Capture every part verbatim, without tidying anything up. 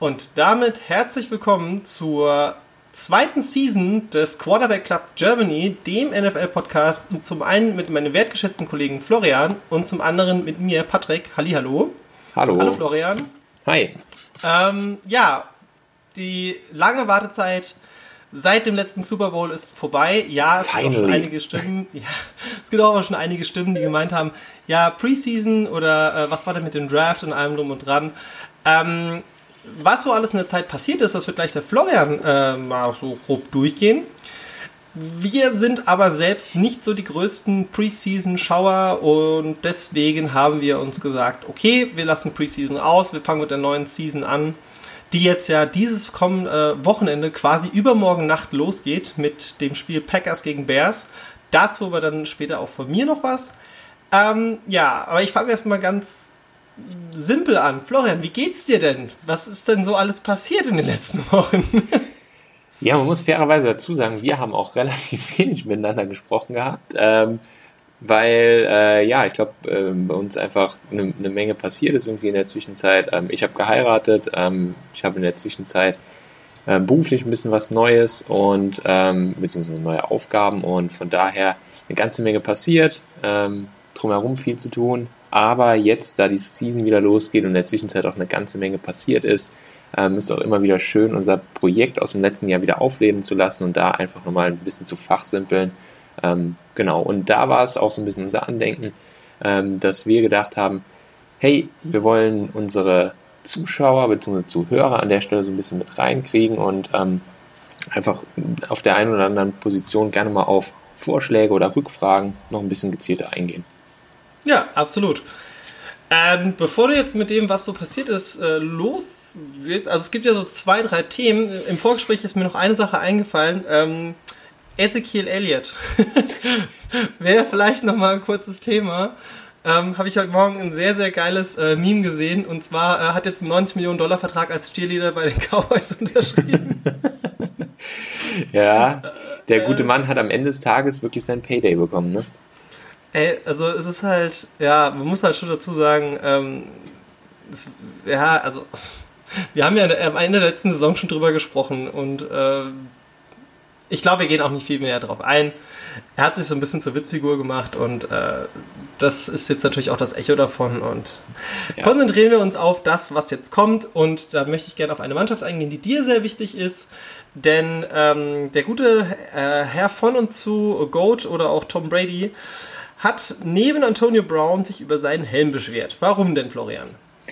Und damit herzlich willkommen zur zweiten Season des Quarterback Club Germany, dem N F L-Podcast, zum einen mit meinem wertgeschätzten Kollegen Florian und zum anderen mit mir, Patrick. Hallihallo. Hallo. Hallo Florian. Hi. Ähm, ja, die lange Wartezeit seit dem letzten Super Bowl ist vorbei. Ja, es Finally. gibt auch schon einige Stimmen. Ja, es gibt auch schon einige Stimmen, die gemeint haben, ja, Preseason oder äh, was war denn mit dem Draft und allem drum und dran. Ähm, was so alles in der Zeit passiert ist, das wird gleich der Florian äh, mal so grob durchgehen. Wir sind aber selbst nicht so die größten Preseason-Schauer und deswegen haben wir uns gesagt, okay, wir lassen Preseason aus, wir fangen mit der neuen Season an, die jetzt ja dieses kommende äh, Wochenende quasi übermorgen Nacht losgeht mit dem Spiel Packers gegen Bears. Dazu aber dann später auch von mir noch was. Ähm, ja, aber ich fange erstmal ganz simpel an. Florian, wie geht's dir denn? Was ist denn so alles passiert in den letzten Wochen? Ja, man muss fairerweise dazu sagen, wir haben auch relativ wenig miteinander gesprochen gehabt, ähm, weil, äh, ja, ich glaube, äh, bei uns einfach eine ne Menge passiert ist irgendwie in der Zwischenzeit. Ähm, ich habe geheiratet, ähm, ich habe in der Zwischenzeit äh, beruflich ein bisschen was Neues und ähm, beziehungsweise neue Aufgaben und von daher eine ganze Menge passiert, ähm, drumherum viel zu tun. Aber jetzt, da die Season wieder losgeht und in der Zwischenzeit auch eine ganze Menge passiert ist, ähm, ist auch immer wieder schön, unser Projekt aus dem letzten Jahr wieder aufleben zu lassen und da einfach nochmal ein bisschen zu fachsimpeln. Ähm, genau, und da war es auch so ein bisschen unser Andenken, ähm, dass wir gedacht haben, hey, wir wollen unsere Zuschauer bzw. Zuhörer an der Stelle so ein bisschen mit reinkriegen und ähm, einfach auf der einen oder anderen Position gerne mal auf Vorschläge oder Rückfragen noch ein bisschen gezielter eingehen. Ja, absolut. Ähm, bevor du jetzt mit dem, was so passiert ist, äh, los, also es gibt ja so zwei, drei Themen. Im Vorgespräch ist mir noch eine Sache eingefallen. Ähm, Ezekiel Elliott. Wäre vielleicht nochmal ein kurzes Thema. Ähm, habe ich heute Morgen ein sehr, sehr geiles äh, Meme gesehen. Und zwar äh, hat jetzt einen neunzig Millionen Dollar Vertrag als Cheerleader bei den Cowboys unterschrieben. Ja, der gute Mann hat am Ende des Tages wirklich sein Payday bekommen, ne? Ey, also es ist halt, ja, man muss halt schon dazu sagen, ähm, es, ja, also wir haben ja am Ende der letzten Saison schon drüber gesprochen und äh, ich glaube, wir gehen auch nicht viel mehr darauf ein. Er hat sich so ein bisschen zur Witzfigur gemacht und äh, das ist jetzt natürlich auch das Echo davon und ja. Konzentrieren wir uns auf das, was jetzt kommt und da möchte ich gerne auf eine Mannschaft eingehen, die dir sehr wichtig ist, denn ähm, der gute äh, Herr von und zu Goat oder auch Tom Brady hat neben Antonio Brown sich über seinen Helm beschwert. Warum denn, Florian?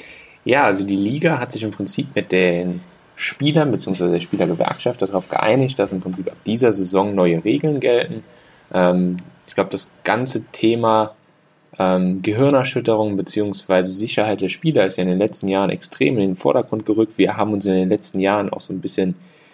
Ja, also die Liga hat sich im Prinzip mit den Spielern bzw. der Spielergewerkschaft darauf geeinigt, dass im Prinzip ab dieser Saison neue Regeln gelten. Ähm, ich glaube, das ganze Thema ähm, Gehirnerschütterung bzw. Sicherheit der Spieler ist ja in den letzten Jahren extrem in den Vordergrund gerückt. Wir haben uns in den letzten Jahren auch so ein bisschen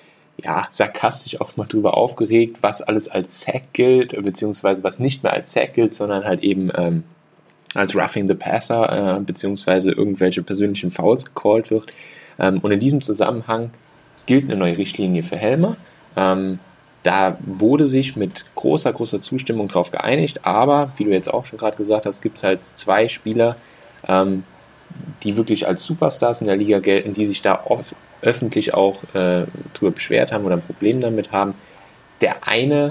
ja, sarkastisch auch mal drüber aufgeregt, was alles als Sack gilt, beziehungsweise was nicht mehr als Sack gilt, sondern halt eben ähm, als Roughing the Passer, äh, beziehungsweise irgendwelche persönlichen Fouls gecallt wird. Ähm, und in diesem Zusammenhang gilt eine neue Richtlinie für Helme. Ähm, da wurde sich mit großer, großer Zustimmung drauf geeinigt, aber, wie du jetzt auch schon gerade gesagt hast, gibt es halt zwei Spieler, ähm, die wirklich als Superstars in der Liga gelten, die sich da oft öffentlich auch äh, drüber beschwert haben oder ein Problem damit haben. Der eine,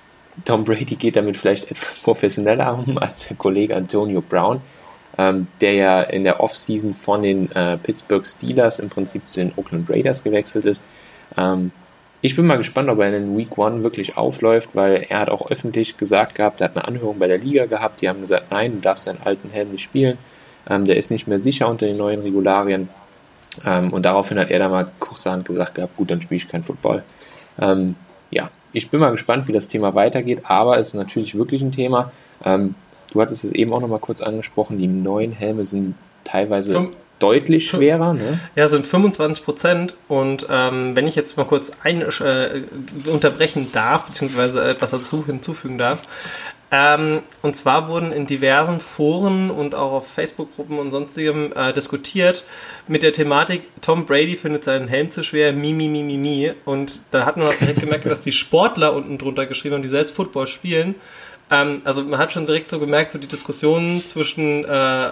Tom Brady, geht damit vielleicht etwas professioneller um als der Kollege Antonio Brown, ähm, der ja in der Offseason von den äh, Pittsburgh Steelers im Prinzip zu den Oakland Raiders gewechselt ist. Ähm, ich bin mal gespannt, ob er in den Week One wirklich aufläuft, weil er hat auch öffentlich gesagt gehabt, er hat eine Anhörung bei der Liga gehabt, die haben gesagt, nein, du darfst deinen alten Helm nicht spielen, ähm, der ist nicht mehr sicher unter den neuen Regularien. Ähm, und daraufhin hat er dann mal kurzerhand gesagt gehabt, gut, dann spiele ich kein Football. Ähm, ja, ich bin mal gespannt, wie das Thema weitergeht, aber es ist natürlich wirklich ein Thema. Ähm, du hattest es eben auch noch mal kurz angesprochen, die neuen Helme sind teilweise Fünf, deutlich schwerer. Ne? Ja, sind fünfundzwanzig Prozent und ähm, wenn ich jetzt mal kurz ein, äh, unterbrechen darf, beziehungsweise etwas dazu hinzufügen darf, Ähm, und zwar wurden in diversen Foren und auch auf Facebook-Gruppen und sonstigem äh, diskutiert mit der Thematik, Tom Brady findet seinen Helm zu schwer, mi, mi, mi, mi, mi. Und da hat man auch direkt gemerkt, dass die Sportler unten drunter geschrieben haben, die selbst Football spielen, Ähm, also man hat schon direkt so gemerkt, so die Diskussionen zwischen äh,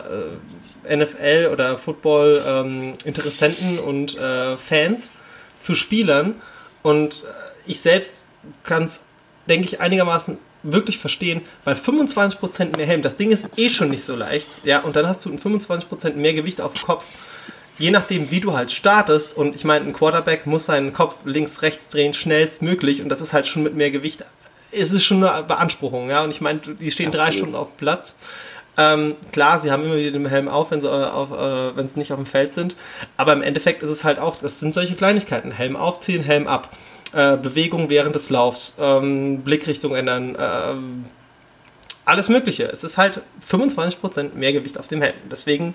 N F L oder Football-Interessenten ähm, und äh, Fans zu Spielern. Und ich selbst kann es, denke ich, einigermaßen wirklich verstehen, weil fünfundzwanzig Prozent mehr Helm, das Ding ist eh schon nicht so leicht, ja, und dann hast du ein fünfundzwanzig Prozent mehr Gewicht auf dem Kopf, je nachdem, wie du halt startest, und ich meine, ein Quarterback muss seinen Kopf links, rechts drehen, schnellstmöglich, und das ist halt schon mit mehr Gewicht, es ist schon eine Beanspruchung, ja, und ich meine, die stehen drei Stunden auf dem Platz, ähm, klar, sie haben immer wieder den Helm auf, wenn sie auf, äh, wenn sie nicht auf dem Feld sind, aber im Endeffekt ist es halt auch, das sind solche Kleinigkeiten, Helm aufziehen, Helm ab, Äh, Bewegung während des Laufs, ähm, Blickrichtung ändern, äh, alles Mögliche. Es ist halt fünfundzwanzig Prozent mehr Gewicht auf dem Helm. Deswegen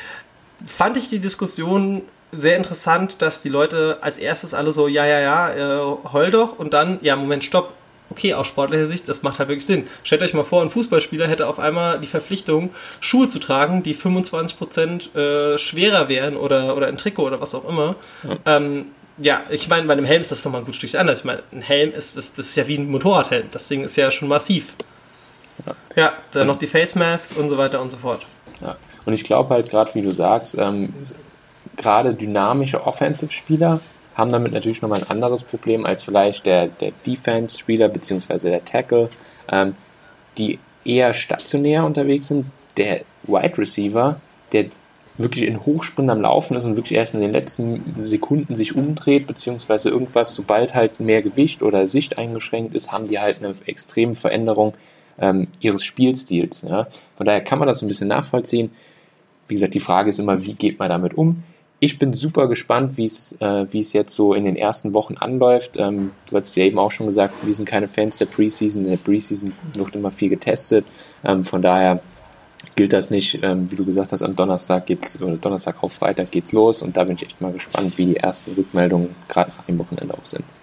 fand ich die Diskussion sehr interessant, dass die Leute als erstes alle so, ja, ja, ja, äh, heul doch, und dann, ja, Moment, stopp. Okay, aus sportlicher Sicht, das macht halt wirklich Sinn. Stellt euch mal vor, ein Fußballspieler hätte auf einmal die Verpflichtung, Schuhe zu tragen, die fünfundzwanzig Prozent äh, schwerer wären, oder, oder ein Trikot oder was auch immer. Ja. Ähm, Ja, ich meine, bei einem Helm ist das nochmal ein gut Stück anders. Ich meine, ein Helm ist, ist, das ist ja wie ein Motorradhelm. Das Ding ist ja schon massiv. Ja, ja dann noch die Face Mask und so weiter und so fort. Ja, und ich glaube halt gerade, wie du sagst, ähm, gerade dynamische Offensive-Spieler haben damit natürlich nochmal ein anderes Problem als vielleicht der, der Defense-Spieler bzw. der Tackle, ähm, die eher stationär unterwegs sind. Der Wide Receiver, der wirklich in Hochsprung am Laufen ist und wirklich erst in den letzten Sekunden sich umdreht, beziehungsweise irgendwas, sobald halt mehr Gewicht oder Sicht eingeschränkt ist, haben die halt eine extreme Veränderung ähm, ihres Spielstils. Ja. Von daher kann man das ein bisschen nachvollziehen. Wie gesagt, die Frage ist immer, wie geht man damit um? Ich bin super gespannt, wie es äh, wie es jetzt so in den ersten Wochen anläuft. Ähm, du hast ja eben auch schon gesagt, wir sind keine Fans der Preseason. In der Preseason wird immer viel getestet. Ähm, von daher gilt das nicht, ähm, wie du gesagt hast, am Donnerstag geht's, oder Donnerstag auf Freitag geht's los, und da bin ich echt mal gespannt, wie die ersten Rückmeldungen gerade nach dem Wochenende auch sind.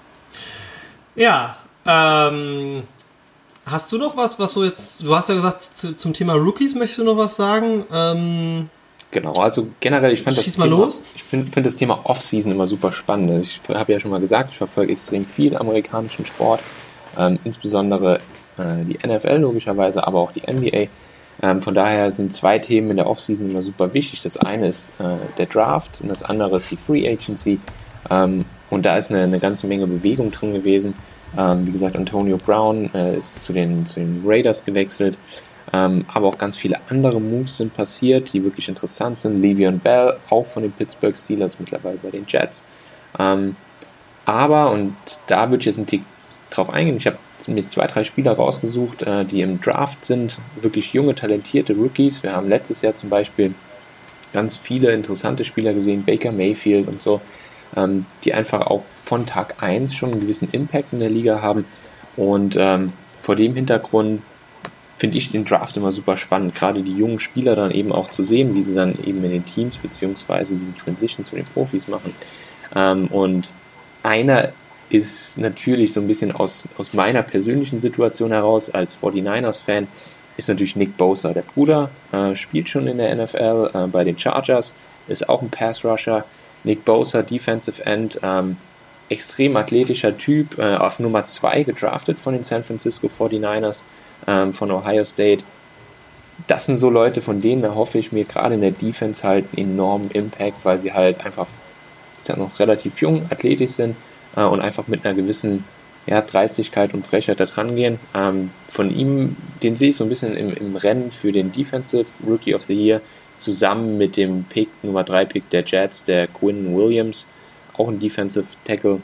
Ja, ähm, hast du noch was, was du jetzt, du hast ja gesagt, zu, zum Thema Rookies möchtest du noch was sagen? Ähm, genau, also generell, ich fand das Thema, los. ich finde find das Thema Offseason immer super spannend. Ich habe ja schon mal gesagt, ich verfolge extrem viel amerikanischen Sport, ähm, insbesondere äh, die N F L logischerweise, aber auch die N B A. Ähm, von daher sind zwei Themen in der Offseason immer super wichtig. Das eine ist äh, der Draft und das andere ist die Free Agency. Ähm, und da ist eine, eine ganze Menge Bewegung drin gewesen. Ähm, wie gesagt, Antonio Brown äh, ist zu den, zu den Raiders gewechselt. Ähm, aber auch ganz viele andere Moves sind passiert, die wirklich interessant sind. Le'Veon Bell, auch von den Pittsburgh Steelers, mittlerweile bei den Jets. Ähm, aber, und da würde ich jetzt einen Tick drauf eingehen, ich habe mir zwei, drei Spieler rausgesucht, äh, die im Draft sind, wirklich junge, talentierte Rookies. Wir haben letztes Jahr zum Beispiel ganz viele interessante Spieler gesehen, Baker Mayfield und so, ähm, die einfach auch von Tag eins schon einen gewissen Impact in der Liga haben, und ähm, vor dem Hintergrund finde ich den Draft immer super spannend, gerade die jungen Spieler dann eben auch zu sehen, wie sie dann eben in den Teams beziehungsweise diese Transition zu den Profis machen. Ähm, und einer ist natürlich so ein bisschen aus, aus meiner persönlichen Situation heraus als forty-niners-Fan, ist natürlich Nick Bosa. Der Bruder äh, spielt schon in der N F L äh, bei den Chargers, ist auch ein Pass-Rusher. Nick Bosa, Defensive End, ähm, extrem athletischer Typ, äh, auf Nummer zwei gedraftet von den San Francisco forty-niners, ähm, von Ohio State. Das sind so Leute, von denen erhoffe ich mir gerade in der Defense halt einen enormen Impact, weil sie halt einfach, ist ja noch relativ jung, athletisch sind, und einfach mit einer gewissen ja, Dreistigkeit und Frechheit da dran gehen. Ähm, von ihm, den sehe ich so ein bisschen im, im Rennen für den Defensive Rookie of the Year, zusammen mit dem Pick, Nummer drei Pick der Jets, der Quinn Williams, auch ein Defensive Tackle.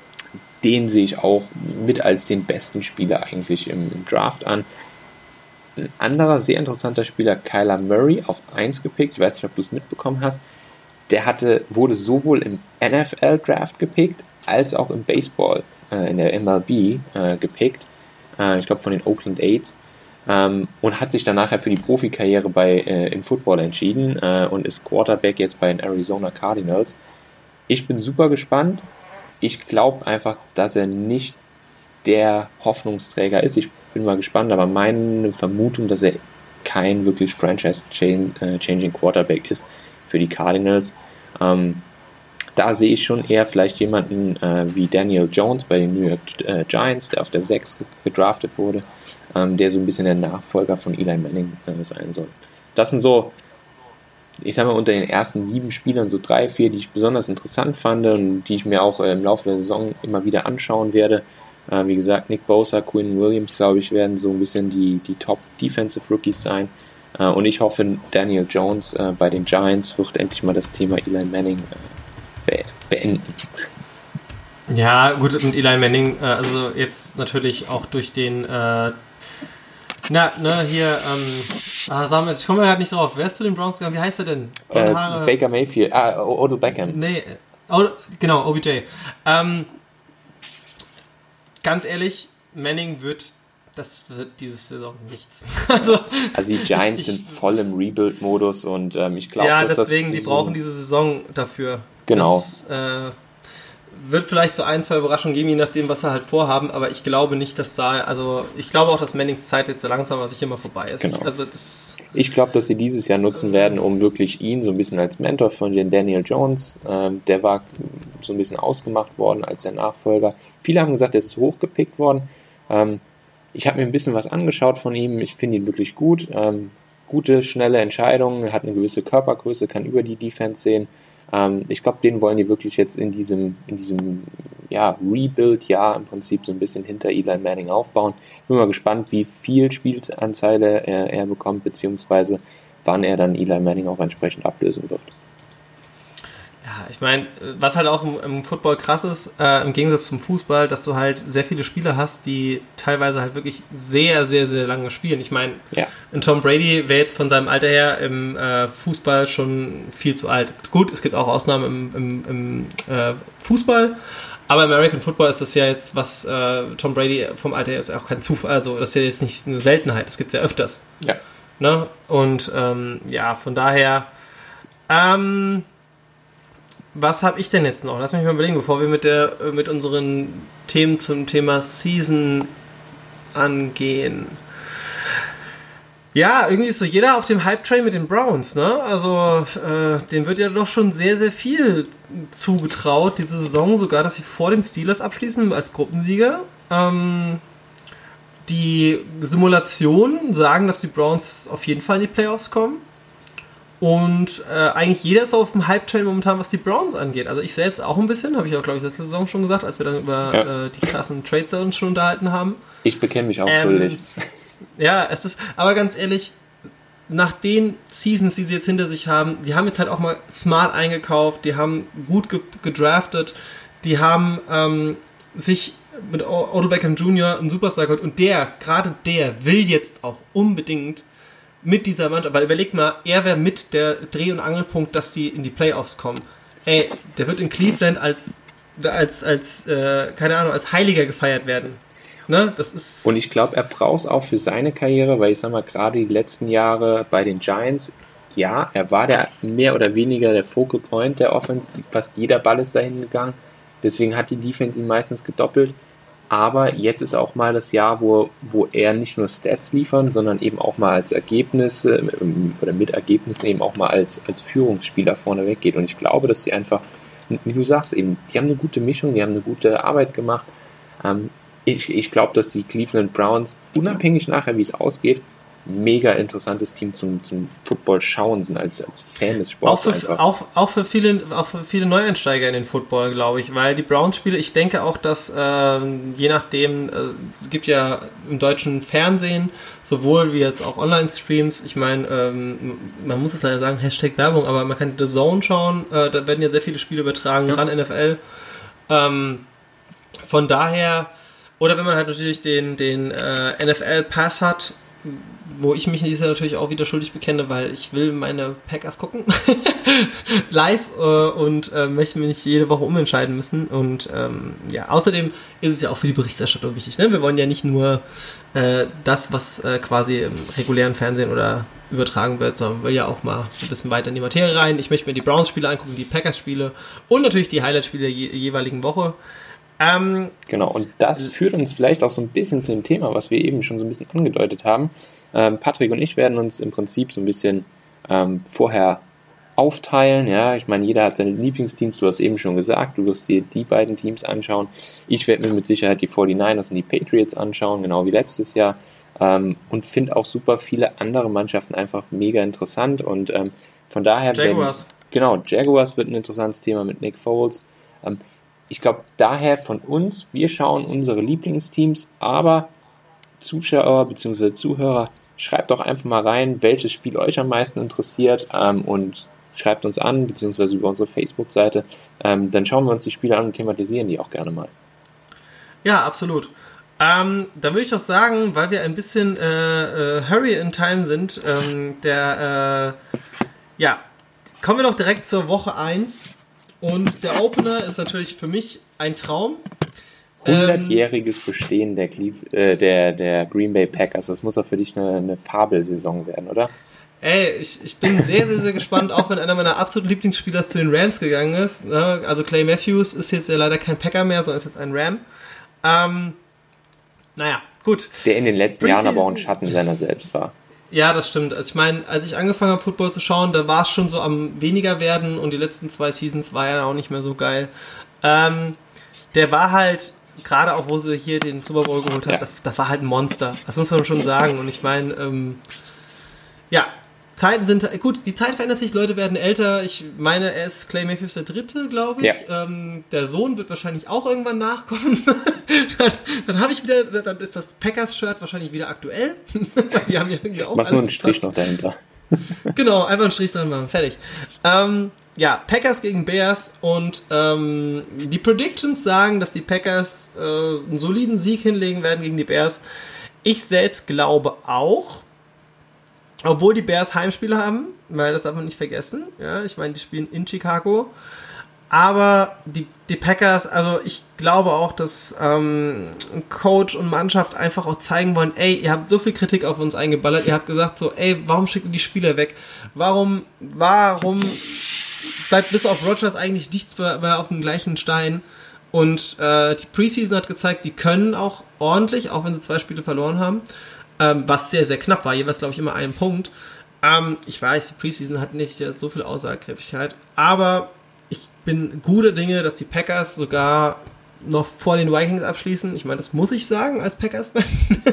Den sehe ich auch mit als den besten Spieler eigentlich im, im Draft an. Ein anderer sehr interessanter Spieler, Kyler Murray, auf eins gepickt. Ich weiß nicht, ob du es mitbekommen hast. Der hatte, wurde sowohl im N F L-Draft gepickt, als auch im Baseball, äh, in der M L B äh, gepickt, äh, ich glaube von den Oakland A's, ähm, und hat sich dann nachher für die Profikarriere bei, äh, im Football entschieden äh, und ist Quarterback jetzt bei den Arizona Cardinals. Ich bin super gespannt. Ich glaube einfach, dass er nicht der Hoffnungsträger ist. Ich bin mal gespannt, aber meine Vermutung, dass er kein wirklich Franchise-changing Quarterback ist für die Cardinals. Ähm, da sehe ich schon eher vielleicht jemanden äh, wie Daniel Jones bei den New York äh, Giants, der auf der sechs gedraftet wurde, ähm, der so ein bisschen der Nachfolger von Eli Manning äh, sein soll. Das sind so, ich sag mal, unter den ersten sieben Spielern so drei, vier, die ich besonders interessant fand und die ich mir auch äh, im Laufe der Saison immer wieder anschauen werde. Äh, wie gesagt, Nick Bosa, Quinn Williams, glaube ich, werden so ein bisschen die, die Top-Defensive Rookies sein. Äh, und ich hoffe, Daniel Jones äh, bei den Giants wird endlich mal das Thema Eli Manning äh, be- beenden. Ja, gut, mit Eli Manning, äh, also jetzt natürlich auch durch den, äh, na, ne, hier, ähm, ah, sagen wir jetzt, ich komme gerade nicht drauf. Wer ist zu den Browns gegangen? Wie heißt er denn? Äh, Baker Mayfield, ah, Odell Beckham. Nee, oh, genau, O B J. Ähm, ganz ehrlich, Manning wird, das wird diese Saison nichts. also, also die Giants ich, sind voll im Rebuild-Modus und ähm, ich glaube, ja, dass deswegen, das die brauchen diese Saison dafür. Genau. Das, äh, wird vielleicht so ein, zwei Überraschungen geben, je nachdem, was sie halt vorhaben, aber ich glaube nicht, dass da, also ich glaube auch, dass Mannings Zeit jetzt langsam aber sicher immer vorbei ist. Genau. Also das, ich glaube, dass sie dieses Jahr nutzen werden, um wirklich ihn so ein bisschen als Mentor von den Daniel Jones, ähm, der war so ein bisschen ausgemacht worden als der Nachfolger. Viele haben gesagt, er ist zu hoch gepickt worden. Ähm, ich habe mir ein bisschen was angeschaut von ihm, ich finde ihn wirklich gut. Ähm, gute, schnelle Entscheidungen, er hat eine gewisse Körpergröße, kann über die Defense sehen. Ich glaube, den wollen die wirklich jetzt in diesem, in diesem ja, Rebuild-Jahr im Prinzip so ein bisschen hinter Eli Manning aufbauen. Bin mal gespannt, wie viel Spielanzeile er, er bekommt, beziehungsweise wann er dann Eli Manning auch entsprechend ablösen wird. Ja, ich meine, was halt auch im, im Football krass ist, äh, im Gegensatz zum Fußball, dass du halt sehr viele Spieler hast, die teilweise halt wirklich sehr, sehr, sehr lange spielen. Ich meine, ja. ein Tom Brady wäre jetzt von seinem Alter her im äh, Fußball schon viel zu alt. Gut, es gibt auch Ausnahmen im, im, im äh, Fußball, aber im American Football ist das ja jetzt, was äh, Tom Brady vom Alter her ist, auch kein Zufall. Also das ist ja jetzt nicht eine Seltenheit, das gibt es ja öfters. Ja. Ne? Und ähm, ja, von daher ähm, was habe ich denn jetzt noch? Lass mich mal überlegen, bevor wir mit der mit unseren Themen zum Thema Season angehen. Ja, irgendwie ist so jeder auf dem Hype-Train mit den Browns, ne? Also, äh, dem wird ja doch schon sehr, sehr viel zugetraut, diese Saison sogar, dass sie vor den Steelers abschließen als Gruppensieger. Ähm, die Simulationen sagen, dass die Browns auf jeden Fall in die Playoffs kommen. Und äh, eigentlich jeder ist auf dem Hype-Train momentan, was die Browns angeht. Also ich selbst auch ein bisschen, habe ich auch, glaube ich, letzte Saison schon gesagt, als wir dann über ja. äh, die krassen Trades uns schon unterhalten haben. Ich bekenne mich auch ähm, schuldig. Ja, es ist, aber ganz ehrlich, nach den Seasons, die sie jetzt hinter sich haben, die haben jetzt halt auch mal smart eingekauft, die haben gut ge- gedraftet, die haben ähm, sich mit Odell Beckham Junior einen Superstar geholt und der, gerade der, will jetzt auch unbedingt mit dieser Mannschaft, weil überleg mal, er wäre mit der Dreh- und Angelpunkt, dass die in die Playoffs kommen. Ey, der wird in Cleveland als, als, als äh, keine Ahnung, als Heiliger gefeiert werden. Ne? Das ist und ich glaube, er braucht es auch für seine Karriere, weil ich sag mal, gerade die letzten Jahre bei den Giants, ja, er war der mehr oder weniger der Focal Point der Offense, fast jeder Ball ist dahin gegangen, deswegen hat die Defense ihn meistens gedoppelt. Aber jetzt ist auch mal das Jahr, wo, wo er nicht nur Stats liefern, sondern eben auch mal als Ergebnisse oder mit Ergebnissen eben auch mal als, als Führungsspieler vorne weggeht. Und ich glaube, dass sie einfach, wie du sagst eben, die haben eine gute Mischung, die haben eine gute Arbeit gemacht. Ähm, ich ich glaube, dass die Cleveland Browns, unabhängig nachher, wie es ausgeht, mega interessantes Team zum, zum Football schauen sind, als, als Fan des Sports auch für, einfach. Auch, auch, für viele, auch für viele Neueinsteiger in den Football, glaube ich, weil die Browns-Spiele, ich denke auch, dass äh, je nachdem, es äh, gibt ja im deutschen Fernsehen, sowohl wie jetzt auch Online-Streams, ich meine, ähm, man muss es leider sagen, Hashtag Werbung, aber man kann The Zone schauen, äh, da werden ja sehr viele Spiele übertragen, ja. Ran N F L. Ähm, von daher, oder wenn man halt natürlich den, den äh, N F L-Pass hat, wo ich mich dieses Jahr natürlich auch wieder schuldig bekenne, weil ich will meine Packers gucken live äh, und äh, möchte mich nicht jede Woche umentscheiden müssen und ähm, ja, außerdem ist es ja auch für die Berichterstattung wichtig, ne? Wir wollen ja nicht nur äh, das, was äh, quasi im regulären Fernsehen oder übertragen wird, sondern will ja auch mal so ein bisschen weiter in die Materie rein. Ich möchte mir die Browns-Spiele angucken, die Packers-Spiele und natürlich die Highlight-Spiele der je- jeweiligen Woche. Ähm, genau, und das führt uns vielleicht auch so ein bisschen zu dem Thema, was wir eben schon so ein bisschen angedeutet haben. Ähm, Patrick und ich werden uns im Prinzip so ein bisschen ähm, vorher aufteilen. Ja, ich meine, jeder hat seine Lieblingsteams. Du hast eben schon gesagt, du wirst dir die beiden Teams anschauen. Ich werde mir mit Sicherheit die forty-niners und die Patriots anschauen, genau wie letztes Jahr. Ähm, und finde auch super viele andere Mannschaften einfach mega interessant. Und ähm, von daher... Jaguars. Wenn, genau, Jaguars wird ein interessantes Thema mit Nick Foles. Ähm, ich glaube, daher von uns, wir schauen unsere Lieblingsteams, aber Zuschauer bzw. Zuhörer, schreibt doch einfach mal rein, welches Spiel euch am meisten interessiert ähm, und schreibt uns an, beziehungsweise über unsere Facebook-Seite. Ähm, dann schauen wir uns die Spiele an und thematisieren die auch gerne mal. Ja, absolut. Ähm, da würde ich doch sagen, weil wir ein bisschen äh, äh, Hurry in Time sind, ähm, der, äh, ja, kommen wir doch direkt zur Woche eins. Und der Opener ist natürlich für mich ein Traum. hundertjähriges Bestehen der, Cleve- äh, der, der Green Bay Packers. Das muss doch für dich eine, eine Fabelsaison werden, oder? Ey, ich, ich bin sehr, sehr, sehr gespannt, auch wenn einer meiner absoluten Lieblingsspieler zu den Rams gegangen ist. Ne? Also Clay Matthews ist jetzt ja leider kein Packer mehr, sondern ist jetzt ein Ram. Ähm, naja, gut. Der in den letzten Jahren aber auch ein Schatten seiner selbst war. Ja, das stimmt. Also ich meine, als ich angefangen habe, Football zu schauen, da war es schon so am weniger werden und die letzten zwei Seasons war ja auch nicht mehr so geil. Ähm, der war halt, gerade auch wo sie hier den Super Bowl geholt hat, ja. das, das war halt ein Monster. Das muss man schon sagen. Und ich meine, ähm, ja, Zeiten sind, gut, die Zeit verändert sich, Leute werden älter. Ich meine, er ist Clay Matthews der Dritte, glaube ich. Ja. Ähm, der Sohn wird wahrscheinlich auch irgendwann nachkommen. dann dann habe ich wieder, dann ist das Packers-Shirt wahrscheinlich wieder aktuell. Die haben ja irgendwie auch. Mach nur einen Strich noch dahinter. Genau, einfach einen Strich dran machen, fertig. Ähm, ja, Packers gegen Bears und ähm, die Predictions sagen, dass die Packers äh, einen soliden Sieg hinlegen werden gegen die Bears. Ich selbst glaube auch. Obwohl die Bears Heimspiele haben, weil das darf man nicht vergessen. Ja, ich meine, die spielen in Chicago. Aber die, die Packers, also ich glaube auch, dass ähm, Coach und Mannschaft einfach auch zeigen wollen, ey, ihr habt so viel Kritik auf uns eingeballert. Ihr habt gesagt so, ey, warum schickt ihr die Spieler weg? Warum, warum bleibt bis auf Rodgers eigentlich nichts mehr auf dem gleichen Stein? Und äh, die Preseason hat gezeigt, die können auch ordentlich, auch wenn sie zwei Spiele verloren haben. Ähm, was sehr, sehr knapp war, jeweils glaube ich immer einen Punkt. Ähm, ich weiß, die Preseason hat nicht so viel Aussagekräftigkeit, aber ich bin gute Dinge, dass die Packers sogar noch vor den Vikings abschließen. Ich meine, das muss ich sagen als Packers-Fan.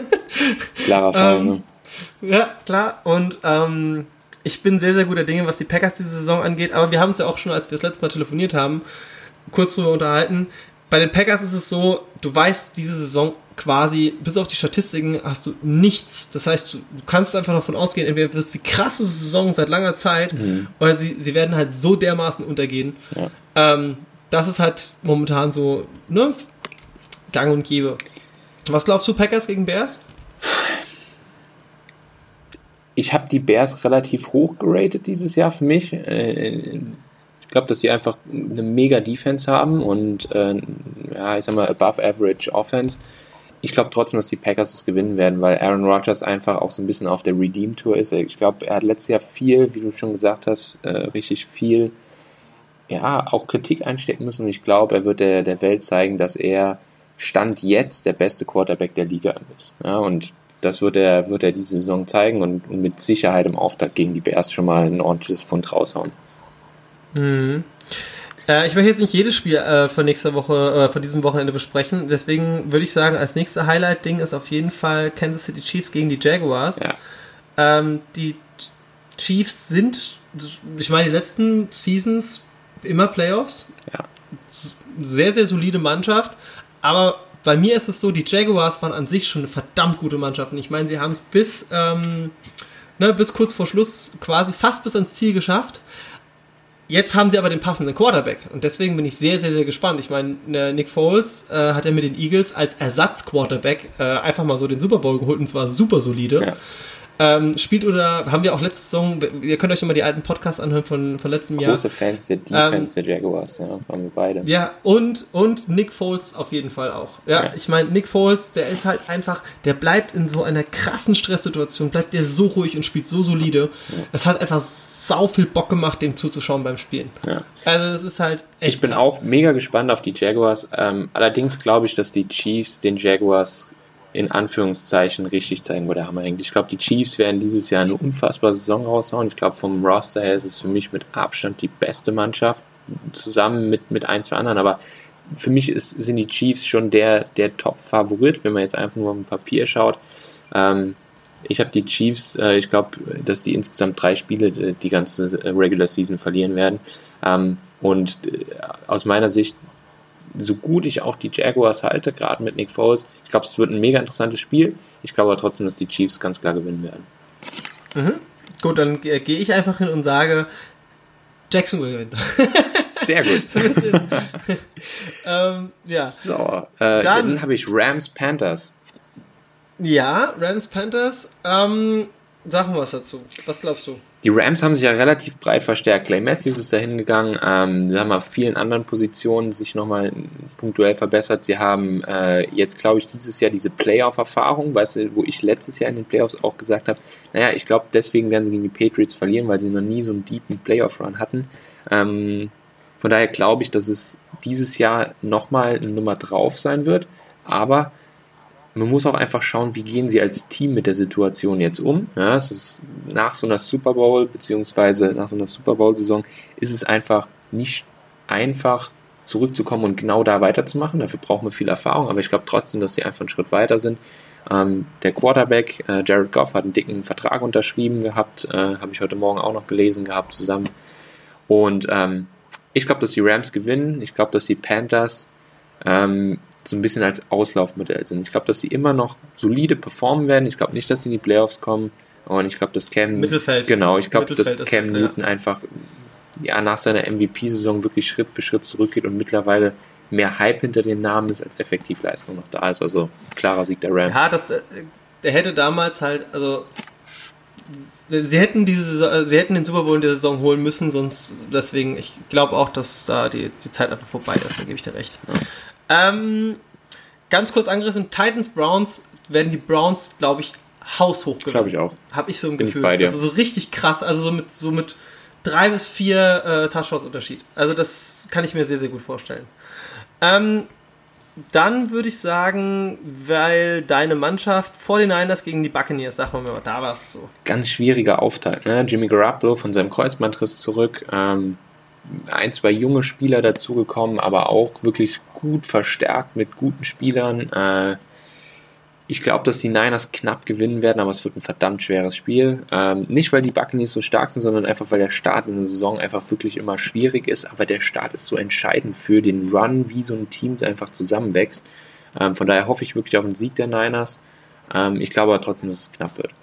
Klarer Fall, ähm, ne? Ja, klar. Und ähm, ich bin sehr, sehr guter Dinge, was die Packers diese Saison angeht, aber wir haben es ja auch schon, als wir das letzte Mal telefoniert haben, kurz drüber unterhalten. Bei den Packers ist es so, du weißt, diese Saison quasi, bis auf die Statistiken, hast du nichts. Das heißt, du kannst einfach davon ausgehen, entweder wird es die krasseste Saison seit langer Zeit, mhm. oder sie, sie werden halt so dermaßen untergehen. Ja. Ähm, das ist halt momentan so, ne, gang und gäbe. Was glaubst du, Packers gegen Bears? Ich habe die Bears relativ hoch geratet dieses Jahr für mich. Ich glaube, dass sie einfach eine mega Defense haben und äh, ja, ich sag mal, above average Offense. Ich glaube trotzdem, dass die Packers das gewinnen werden, weil Aaron Rodgers einfach auch so ein bisschen auf der Redeem-Tour ist. Ich glaube, er hat letztes Jahr viel, wie du schon gesagt hast, äh, richtig viel, ja, auch Kritik einstecken müssen. Und ich glaube, er wird der, der Welt zeigen, dass er Stand jetzt der beste Quarterback der Liga ist. Ja, und das wird er, wird er diese Saison zeigen und, und mit Sicherheit im Auftakt gegen die Bears schon mal ein ordentliches Pfund raushauen. Mhm. Äh, ich möchte jetzt nicht jedes Spiel äh, von nächster Woche, äh, von diesem Wochenende besprechen. Deswegen würde ich sagen, als nächste Highlight-Ding ist auf jeden Fall Kansas City Chiefs gegen die Jaguars. Ja. Ähm, die Chiefs sind, ich meine, die letzten Seasons immer Playoffs. Ja. Sehr, sehr solide Mannschaft. Aber bei mir ist es so, die Jaguars waren an sich schon eine verdammt gute Mannschaft. Und ich meine, sie haben es bis, ähm, ne, bis kurz vor Schluss quasi fast bis ans Ziel geschafft. Jetzt haben sie aber den passenden Quarterback und deswegen bin ich sehr, sehr, sehr gespannt. Ich meine, Nick Foles äh, hat ja mit den Eagles als Ersatz-Quarterback äh, einfach mal so den Super Bowl geholt und zwar super solide. Ja. Ähm, spielt oder, haben wir auch letzte Saison, ihr könnt euch immer die alten Podcasts anhören von, von letztem Jahr. Große Fans der Defense ähm, der Jaguars, ja, waren wir beide. Ja, und, und Nick Foles auf jeden Fall auch. Ja, ja. Ich meine, Nick Foles, der ist halt einfach, der bleibt in so einer krassen Stresssituation, bleibt der so ruhig und spielt so solide. Es ja. hat einfach sau viel Bock gemacht, dem zuzuschauen beim Spielen. Ja. Also es ist halt echt Ich bin krass. auch mega gespannt auf die Jaguars. Ähm, allerdings glaube ich, dass die Chiefs den Jaguars in Anführungszeichen richtig zeigen, wo der Hammer hängt. Ich glaube, die Chiefs werden dieses Jahr eine unfassbare Saison raushauen. Ich glaube, vom Roster her ist es für mich mit Abstand die beste Mannschaft, zusammen mit, mit ein, zwei anderen, aber für mich ist, sind die Chiefs schon der, der Top-Favorit, wenn man jetzt einfach nur auf dem Papier schaut. Ähm, ich habe die Chiefs, äh, ich glaube, dass die insgesamt drei Spiele äh, die ganze Regular Season verlieren werden. Ähm, und äh, aus meiner Sicht, so gut ich auch die Jaguars halte, gerade mit Nick Foles, ich glaube, es wird ein mega interessantes Spiel. Ich glaube aber trotzdem, dass die Chiefs ganz klar gewinnen werden. Mhm. Gut, dann äh, gehe ich einfach hin und sage, Jacksonville gewinnt. Sehr gut. ähm, ja. So, äh, dann, dann habe ich Rams Panthers. Ja, Rams Panthers. Ähm, sag mal was dazu. Was glaubst du? Die Rams haben sich ja relativ breit verstärkt. Clay Matthews ist da hingegangen. Ähm, sie haben auf vielen anderen Positionen sich nochmal punktuell verbessert. Sie haben äh, jetzt, glaube ich, dieses Jahr diese Playoff-Erfahrung, weißt du, wo ich letztes Jahr in den Playoffs auch gesagt habe, naja, ich glaube, deswegen werden sie gegen die Patriots verlieren, weil sie noch nie so einen deepen Playoff-Run hatten. Ähm, Von daher glaube ich, dass es dieses Jahr nochmal eine Nummer drauf sein wird, aber man muss auch einfach schauen, wie gehen sie als Team mit der Situation jetzt um. Ja, es ist nach so einer Super Bowl, beziehungsweise nach so einer Super Bowl-Saison, ist es einfach nicht einfach zurückzukommen und genau da weiterzumachen. Dafür brauchen wir viel Erfahrung, aber ich glaube trotzdem, dass sie einfach einen Schritt weiter sind. Ähm, der Quarterback, äh, Jared Goff, hat einen dicken Vertrag unterschrieben gehabt, äh, habe ich heute Morgen auch noch gelesen gehabt zusammen. Und ähm, ich glaube, dass die Rams gewinnen. Ich glaube, dass die Panthers ähm, so ein bisschen als Auslaufmodell sind. Ich glaube, dass sie immer noch solide performen werden. Ich glaube nicht, dass sie in die Playoffs kommen. Und ich glaube, dass Cam... Mittelfeld. Genau, ich glaube, dass Cam das, Newton ja. einfach ja, nach seiner M V P-Saison wirklich Schritt für Schritt zurückgeht und mittlerweile mehr Hype hinter den Namen ist, als Effektivleistung noch da ist. Also klarer Sieg der Rams. Ja, das, der hätte damals halt... also Sie hätten diese, sie hätten den Super Bowl in der Saison holen müssen, sonst deswegen, ich glaube auch, dass da uh, die, die Zeit einfach vorbei ist, da gebe ich dir recht. Ja. Ähm, ganz kurz angerissen, Titans, Browns, werden die Browns, glaube ich, haushoch gewinnen. Glaube ich auch. Habe ich so ein Bin Gefühl. Also so richtig krass, also so mit, so mit drei bis vier äh, Touchdowns Unterschied. Also das kann ich mir sehr, sehr gut vorstellen. Ähm, Dann würde ich sagen, weil deine Mannschaft forty-niners gegen die Buccaneers, sag mal, da warst du. Ganz schwieriger Auftakt, ne? Jimmy Garoppolo von seinem Kreuzbandriss zurück, ähm, ein, zwei junge Spieler dazugekommen, aber auch wirklich gut verstärkt mit guten Spielern. Äh, ich glaube, dass die Niners knapp gewinnen werden, aber es wird ein verdammt schweres Spiel. Ähm, nicht, weil die Buccaneers so stark sind, sondern einfach, weil der Start in der Saison einfach wirklich immer schwierig ist, aber der Start ist so entscheidend für den Run, wie so ein Team einfach zusammenwächst. Ähm, von daher hoffe ich wirklich auf einen Sieg der Niners. Ähm, ich glaube aber trotzdem, dass es knapp wird.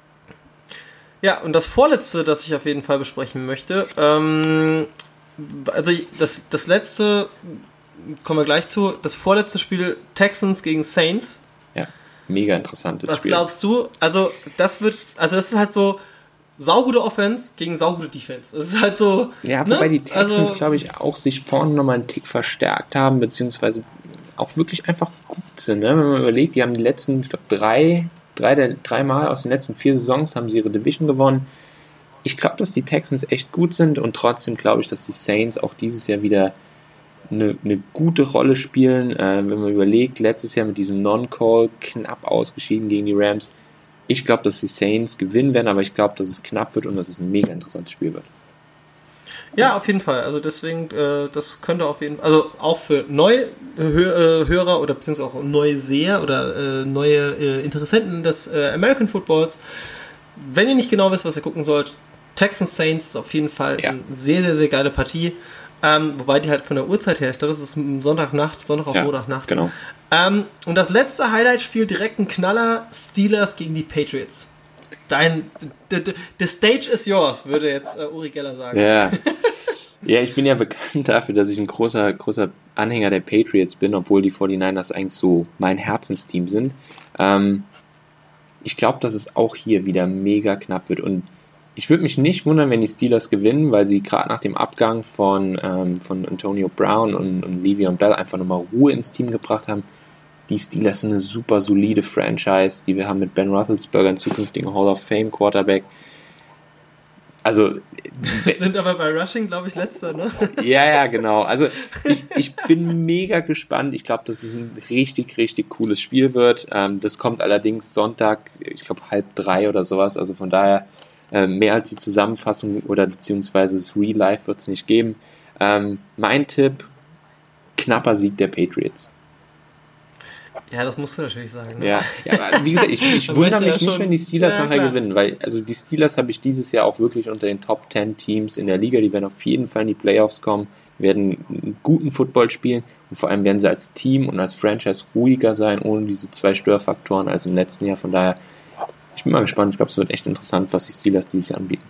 Ja, und das Vorletzte, das ich auf jeden Fall besprechen möchte, ähm, also das, das letzte, kommen wir gleich zu, das vorletzte Spiel Texans gegen Saints. Ja. Mega interessantes Was Spiel. Was glaubst du? Also, das wird, also das ist halt so saugute Offense gegen saugute Defense. Das ist halt so. Ja, wobei ne? die Texans, also, glaube ich, auch sich vorne nochmal einen Tick verstärkt haben, beziehungsweise auch wirklich einfach gut sind. Ne? Wenn man überlegt, die haben die letzten, ich glaube, drei, drei, der, drei Mal aus den letzten vier Saisons haben sie ihre Division gewonnen. Ich glaube, dass die Texans echt gut sind und trotzdem glaube ich, dass die Saints auch dieses Jahr wieder Eine, eine gute Rolle spielen, äh, wenn man überlegt, letztes Jahr mit diesem Non-Call knapp ausgeschieden gegen die Rams. Ich glaube, dass die Saints gewinnen werden, aber ich glaube, dass es knapp wird und dass es ein mega interessantes Spiel wird. Ja, auf jeden Fall. Also deswegen, äh, das könnte auf jeden Fall, also auch für neue Hö- Hörer oder beziehungsweise auch neue Seher oder äh, neue äh, Interessenten des äh, American Footballs, wenn ihr nicht genau wisst, was ihr gucken sollt, Texans Saints ist auf jeden Fall ja. eine sehr, sehr, sehr geile Partie. Ähm, wobei die halt von der Uhrzeit her, ich glaube, das ist Sonntagnacht, Sonntag auf ja, Montagnacht. Genau. Ähm, und das letzte Highlight-Spiel, direkt ein Knaller, Steelers gegen die Patriots. Dein, the, the, the stage is yours, würde jetzt äh, Uri Geller sagen. Ja. ja, ich bin ja bekannt dafür, dass ich ein großer, großer Anhänger der Patriots bin, obwohl die forty-niners eigentlich so mein Herzensteam sind. Ähm, ich glaube, dass es auch hier wieder mega knapp wird und ich würde mich nicht wundern, wenn die Steelers gewinnen, weil sie gerade nach dem Abgang von, ähm, von Antonio Brown und, und Le'Veon Bell einfach nochmal Ruhe ins Team gebracht haben. Die Steelers sind eine super solide Franchise, die wir haben mit Ben Roethlisberger, einen zukünftigen Hall of Fame Quarterback. Also sind aber bei Rushing, glaube ich, letzter, ne? Ja, ja, genau. Also ich, ich bin mega gespannt. Ich glaube, dass es ein richtig, richtig cooles Spiel wird. Ähm, das kommt allerdings Sonntag, ich glaube halb drei oder sowas. Also von daher äh, mehr als die Zusammenfassung oder beziehungsweise das Real Life wird es nicht geben. Ähm, mein Tipp, knapper Sieg der Patriots. Ja, das musst du natürlich sagen. Ne? Ja, ja, aber wie gesagt, ich, ich wundere mich ja nicht, wenn die Steelers ja, nachher klar. gewinnen, weil also die Steelers habe ich dieses Jahr auch wirklich unter den Top zehn Teams in der Liga, die werden auf jeden Fall in die Playoffs kommen, werden einen guten Football spielen und vor allem werden sie als Team und als Franchise ruhiger sein, ohne diese zwei Störfaktoren als im letzten Jahr. Von daher, ich bin mal gespannt, ich glaube, es wird echt interessant, was die Steelers dieses Jahr anbieten.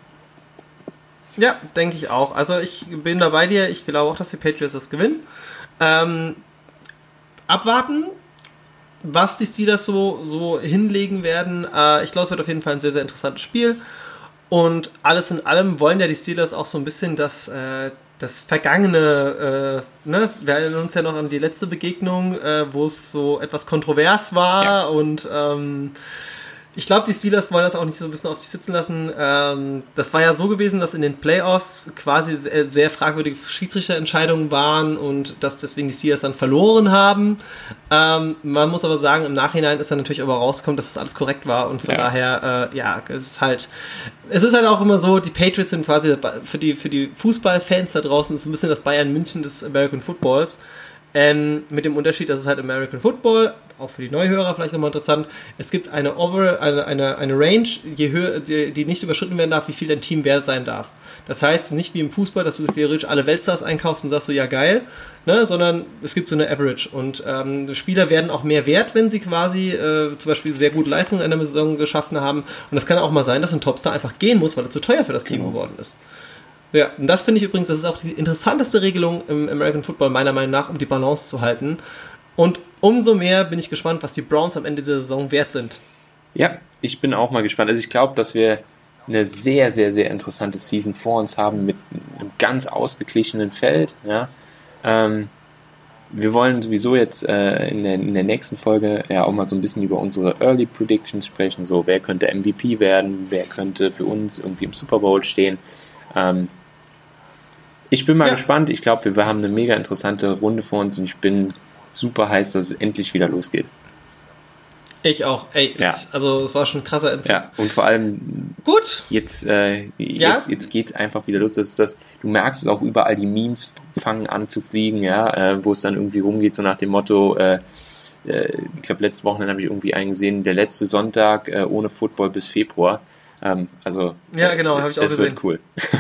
Ja, denke ich auch. Also ich bin da bei dir, ich glaube auch, dass die Patriots das gewinnen. Ähm, abwarten, was die Steelers so, so hinlegen werden. Äh, ich glaube, es wird auf jeden Fall ein sehr, sehr interessantes Spiel. Und alles in allem wollen ja die Steelers auch so ein bisschen das, äh, das Vergangene, äh, ne? Wir erinnern uns ja noch an die letzte Begegnung, äh, wo es so etwas kontrovers war. Ja. Und ähm, ich glaube, die Steelers wollen das auch nicht so ein bisschen auf sich sitzen lassen. Ähm, das war ja so gewesen, dass in den Playoffs quasi sehr, sehr fragwürdige Schiedsrichterentscheidungen waren und dass deswegen die Steelers dann verloren haben. Ähm, man muss aber sagen, im Nachhinein ist dann natürlich aber rausgekommen, dass das alles korrekt war und von ja. daher, äh, ja, es ist halt, es ist halt auch immer so, die Patriots sind quasi für die, für die Fußballfans da draußen ist ein bisschen das Bayern München des American Footballs. Ähm, mit dem Unterschied, dass es halt American Football, auch für die Neuhörer vielleicht nochmal interessant, es gibt eine Over, eine, eine, eine Range, je höher, die, die nicht überschritten werden darf, wie viel dein Team wert sein darf. Das heißt, nicht wie im Fußball, dass du theoretisch alle Weltstars einkaufst und sagst so, ja geil, ne, sondern es gibt so eine Average und ähm, Spieler werden auch mehr wert, wenn sie quasi äh, zum Beispiel sehr gute Leistungen in einer Saison geschaffen haben und das kann auch mal sein, dass ein Topstar einfach gehen muss, weil er zu teuer für das Team genau. geworden ist. Ja, und das finde ich übrigens, das ist auch die interessanteste Regelung im American Football, meiner Meinung nach, um die Balance zu halten. Und umso mehr bin ich gespannt, was die Browns am Ende dieser Saison wert sind. Ja, ich bin auch mal gespannt. Also ich glaube, dass wir eine sehr, sehr, sehr interessante Season vor uns haben mit einem ganz ausgeglichenen Feld. Ja. Ähm, wir wollen sowieso jetzt äh, in, der, in der nächsten Folge ja auch mal so ein bisschen über unsere Early Predictions sprechen. So, wer könnte M V P werden, wer könnte für uns irgendwie im Super Bowl stehen. Ähm, ich bin mal ja. gespannt. Ich glaube, wir, wir haben eine mega interessante Runde vor uns und ich bin super heiß, dass es endlich wieder losgeht. Ich auch. Ey, ja. ich, also es war schon ein krasser Entzug. Ja, und vor allem gut. Jetzt, äh, ja. jetzt, jetzt geht einfach wieder los. Das ist das, du merkst es auch überall, die Memes fangen an zu fliegen, ja, äh, wo es dann irgendwie rumgeht, so nach dem Motto, äh, äh, ich glaube, letzte Woche habe ich irgendwie einen gesehen, der letzte Sonntag äh, ohne Football bis Februar. Ähm, also, ja, genau, habe ich auch es gesehen. Es wird cool.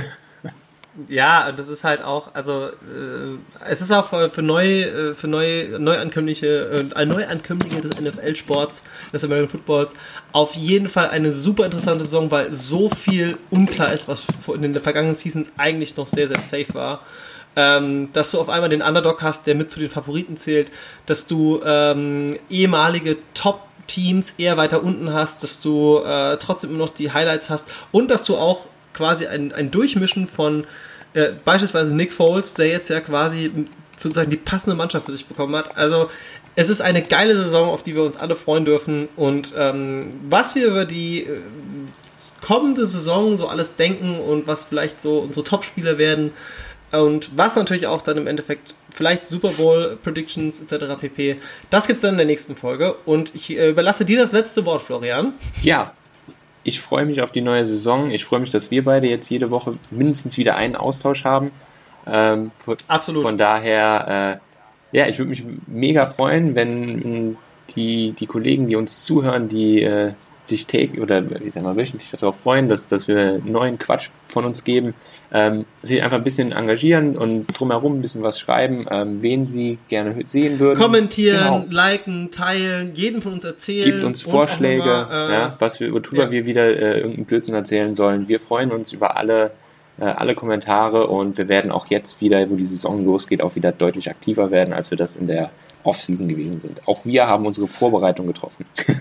Ja, und das ist halt auch, also äh, es ist auch für, für neue, für neue Neuankömmlinge, äh, Neuankömmlinge des N F L-Sports, des American Footballs, auf jeden Fall eine super interessante Saison, weil so viel unklar ist, was in den vergangenen Seasons eigentlich noch sehr, sehr safe war. Ähm, dass du auf einmal den Underdog hast, der mit zu den Favoriten zählt, dass du ähm, ehemalige Top Teams eher weiter unten hast, dass du äh, trotzdem immer noch die Highlights hast und dass du auch quasi ein, ein Durchmischen von äh, beispielsweise Nick Foles, der jetzt ja quasi sozusagen die passende Mannschaft für sich bekommen hat. Also es ist eine geile Saison, auf die wir uns alle freuen dürfen und ähm, was wir über die äh, kommende Saison so alles denken und was vielleicht so unsere Top-Spieler werden und was natürlich auch dann im Endeffekt vielleicht Super Bowl Predictions et cetera pp. Das gibt's dann in der nächsten Folge und ich äh, überlasse dir das letzte Wort, Florian. Ja, ich freue mich auf die neue Saison. Ich freue mich, dass wir beide jetzt jede Woche mindestens wieder einen Austausch haben. Ähm, Absolut. Von daher, äh, ja, ich würde mich mega freuen, wenn die, die Kollegen, die uns zuhören, die äh, sich take oder ich sag mal wöchentlich darauf freuen, dass, dass wir neuen Quatsch von uns geben, ähm, sich einfach ein bisschen engagieren und drumherum ein bisschen was schreiben, ähm, wen sie gerne sehen würden. Kommentieren, genau. liken, teilen, jeden von uns erzählen. Gibt uns Vorschläge, mal, äh, ja, was wir, worüber ja. wir wieder äh, irgendeinen Blödsinn erzählen sollen. Wir freuen uns über alle, äh, alle Kommentare und wir werden auch jetzt wieder, wo die Saison losgeht, auch wieder deutlich aktiver werden, als wir das in der Offseason gewesen sind. Auch wir haben unsere Vorbereitung getroffen.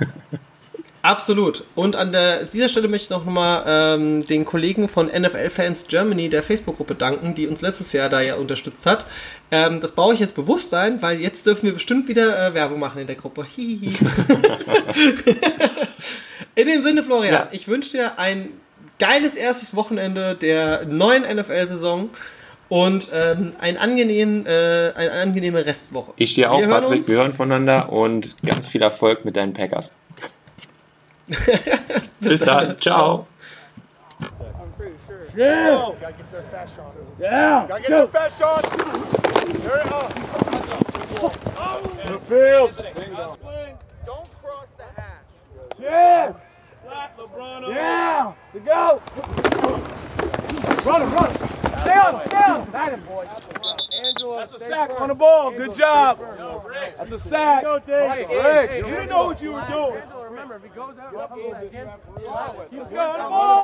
Absolut. Und an der, dieser Stelle möchte ich noch mal ähm, den Kollegen von N F L Fans Germany, der Facebook-Gruppe, danken, die uns letztes Jahr da ja unterstützt hat. Ähm, das baue ich jetzt bewusst ein, weil jetzt dürfen wir bestimmt wieder äh, Werbung machen in der Gruppe. In dem Sinne, Florian, ja. ich wünsche dir ein geiles erstes Wochenende der neuen N F L-Saison und ähm, ein angenehm, äh, eine angenehme Restwoche. Ich dir auch, wir Patrick. Hören wir hören voneinander und ganz viel Erfolg mit deinen Packers. Bis, Bis dann. dann. Ciao. Yeah! Gotta get their fast shot. Yeah! Gotta get their fast shot! There it up! The field! Don't cross the hash. Yeah! Flat, LeBron. Yeah! To go! Run him, run him! Stay on, stay on! That him, boy. Angela, that's a sack on the ball. Good job. Yo, Rick. That's a sack. Go, Dave. Rick, you didn't know what you were doing. Angela, remember, if he goes out, let's go on the ball.